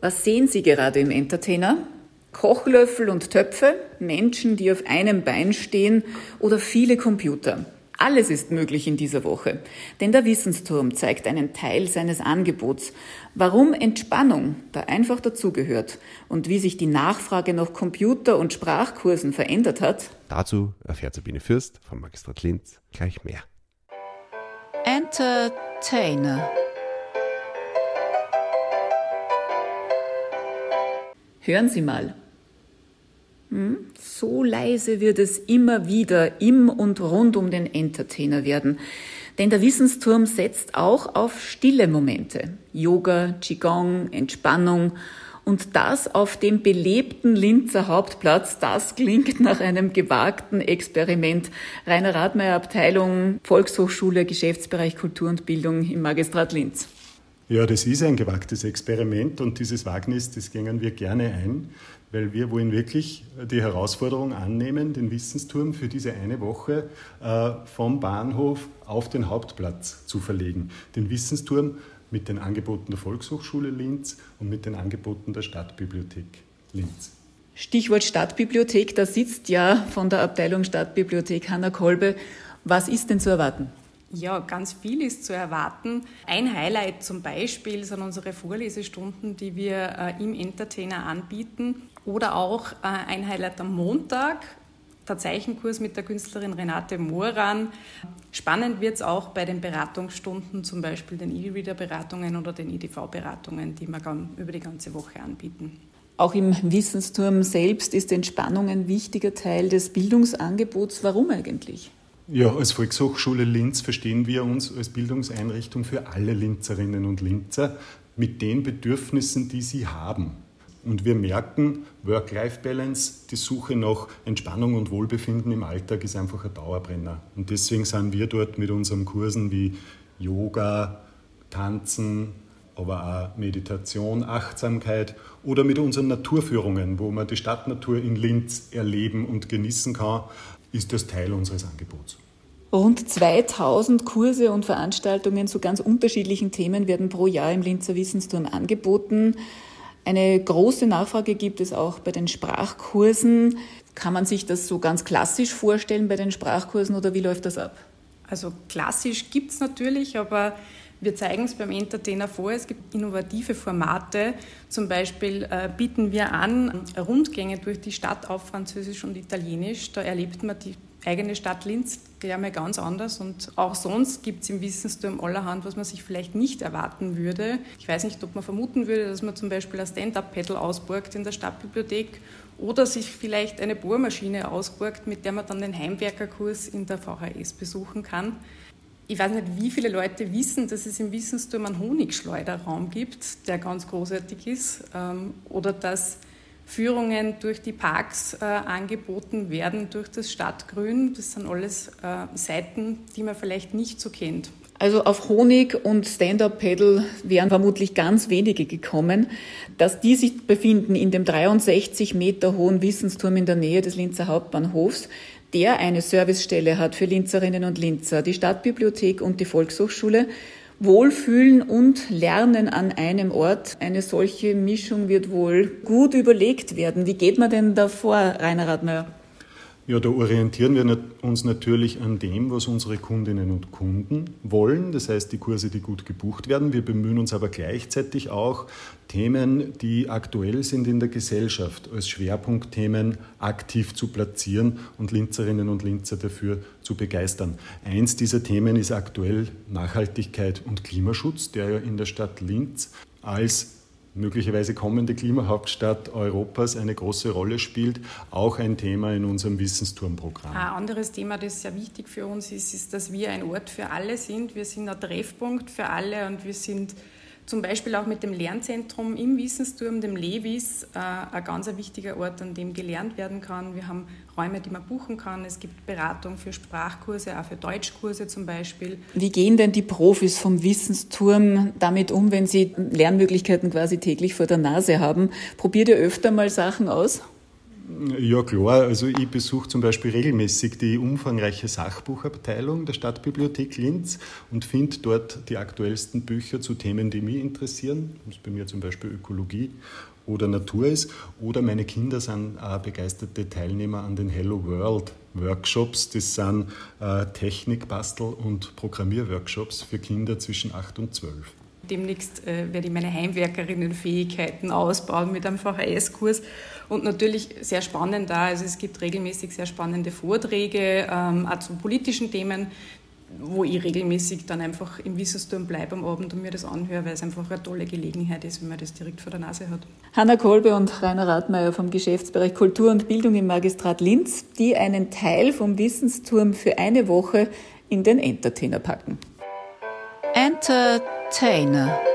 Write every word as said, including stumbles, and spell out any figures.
Was sehen Sie gerade im Entertainer? Kochlöffel und Töpfe, Menschen, die auf einem Bein stehen oder viele Computer. Alles ist möglich in dieser Woche, denn der Wissensturm zeigt einen Teil seines Angebots. Warum Entspannung da einfach dazugehört und wie sich die Nachfrage nach Computer- und Sprachkursen verändert hat. Dazu erfährt Sabine Fürst vom Magistrat Linz gleich mehr. Entertainer. Hören Sie mal. Hm? So leise wird es immer wieder im und rund um den Entertainer werden. Denn der Wissensturm setzt auch auf stille Momente. Yoga, Qigong, Entspannung. Und das auf dem belebten Linzer Hauptplatz, das klingt nach einem gewagten Experiment. Rainer Radmeier, Abteilung Volkshochschule, Geschäftsbereich Kultur und Bildung im Magistrat Linz. Ja, das ist ein gewagtes Experiment und dieses Wagnis, das gehen wir gerne ein, weil wir wollen wirklich die Herausforderung annehmen, den Wissensturm für diese eine Woche äh, vom Bahnhof auf den Hauptplatz zu verlegen. Den Wissensturm mit den Angeboten der Volkshochschule Linz und mit den Angeboten der Stadtbibliothek Linz. Stichwort Stadtbibliothek, da sitzt ja von der Abteilung Stadtbibliothek Hanna Kolbe. Was ist denn zu erwarten? Ja, ganz viel ist zu erwarten. Ein Highlight zum Beispiel sind unsere Vorlesestunden, die wir äh, im Entertainer anbieten. Oder auch äh, ein Highlight am Montag, der Zeichenkurs mit der Künstlerin Renate Moran. Spannend wird es auch bei den Beratungsstunden, zum Beispiel den E-Reader-Beratungen oder den E D V-Beratungen, die wir über die ganze Woche anbieten. Auch im Wissensturm selbst ist Entspannung ein wichtiger Teil des Bildungsangebots. Warum eigentlich? Ja, als Volkshochschule Linz verstehen wir uns als Bildungseinrichtung für alle Linzerinnen und Linzer mit den Bedürfnissen, die sie haben. Und wir merken, Work-Life-Balance, die Suche nach Entspannung und Wohlbefinden im Alltag ist einfach ein Dauerbrenner. Und deswegen sind wir dort mit unseren Kursen wie Yoga, Tanzen, aber auch Meditation, Achtsamkeit oder mit unseren Naturführungen, wo man die Stadtnatur in Linz erleben und genießen kann, ist das Teil unseres Angebots. Rund zweitausend Kurse und Veranstaltungen zu ganz unterschiedlichen Themen werden pro Jahr im Linzer Wissensturm angeboten. Eine große Nachfrage gibt es auch bei den Sprachkursen. Kann man sich das so ganz klassisch vorstellen bei den Sprachkursen oder wie läuft das ab? Also klassisch gibt es natürlich, aber wir zeigen es beim Entertainer vor. Es gibt innovative Formate. Zum Beispiel äh, bieten wir an Rundgänge durch die Stadt auf Französisch und Italienisch. Da erlebt man die eigene Stadt Linz gleich mal ganz anders. Und auch sonst gibt es im Wissensturm allerhand, was man sich vielleicht nicht erwarten würde. Ich weiß nicht, ob man vermuten würde, dass man zum Beispiel ein Stand-Up-Pedal ausborgt in der Stadtbibliothek oder sich vielleicht eine Bohrmaschine ausborgt, mit der man dann den Heimwerkerkurs in der V H S besuchen kann. Ich weiß nicht, wie viele Leute wissen, dass es im Wissensturm einen Honigschleuderraum gibt, der ganz großartig ist, oder dass Führungen durch die Parks äh, angeboten werden, durch das Stadtgrün. Das sind alles äh, Seiten, die man vielleicht nicht so kennt. Also auf Honig und Stand-Up-Pedal wären vermutlich ganz wenige gekommen. Dass die sich befinden in dem dreiundsechzig Meter hohen Wissensturm in der Nähe des Linzer Hauptbahnhofs, der eine Servicestelle hat für Linzerinnen und Linzer, die Stadtbibliothek und die Volkshochschule. Wohlfühlen und Lernen an einem Ort. Eine solche Mischung wird wohl gut überlegt werden. Wie geht man denn da vor, Rainer Radmeier? Ja, da orientieren wir uns natürlich an dem, was unsere Kundinnen und Kunden wollen. Das heißt, die Kurse, die gut gebucht werden. Wir bemühen uns aber gleichzeitig auch, Themen, die aktuell sind in der Gesellschaft, als Schwerpunktthemen aktiv zu platzieren und Linzerinnen und Linzer dafür zu begeistern. Eins dieser Themen ist aktuell Nachhaltigkeit und Klimaschutz, der ja in der Stadt Linz als möglicherweise kommende Klimahauptstadt Europas eine große Rolle spielt, auch ein Thema in unserem Wissensturmprogramm. Ein anderes Thema, das sehr wichtig für uns ist, ist, dass wir ein Ort für alle sind. Wir sind ein Treffpunkt für alle und wir sind zum Beispiel auch mit dem Lernzentrum im Wissensturm, dem Levis, äh, ein ganz wichtiger Ort, an dem gelernt werden kann. Wir haben Räume, die man buchen kann. Es gibt Beratung für Sprachkurse, auch für Deutschkurse zum Beispiel. Wie gehen denn die Profis vom Wissensturm damit um, wenn sie Lernmöglichkeiten quasi täglich vor der Nase haben? Probiert ihr öfter mal Sachen aus? Ja klar, also ich besuche zum Beispiel regelmäßig die umfangreiche Sachbuchabteilung der Stadtbibliothek Linz und finde dort die aktuellsten Bücher zu Themen, die mich interessieren. Das ist bei mir zum Beispiel Ökologie oder Natur ist. Oder meine Kinder sind auch begeisterte Teilnehmer an den Hello World Workshops. Das sind äh, Technik-, Bastel- und Programmierworkshops für Kinder zwischen acht und zwölf. Demnächst äh, werde ich meine Heimwerkerinnenfähigkeiten ausbauen mit einem V H S-Kurs und natürlich sehr spannend da. Also es gibt regelmäßig sehr spannende Vorträge, ähm, auch zu politischen Themen, wo ich regelmäßig dann einfach im Wissensturm bleibe am Abend und mir das anhöre, weil es einfach eine tolle Gelegenheit ist, wenn man das direkt vor der Nase hat. Hanna Kolbe und Rainer Rathmeier vom Geschäftsbereich Kultur und Bildung im Magistrat Linz, die einen Teil vom Wissensturm für eine Woche in den Entertainer packen. Entertainer.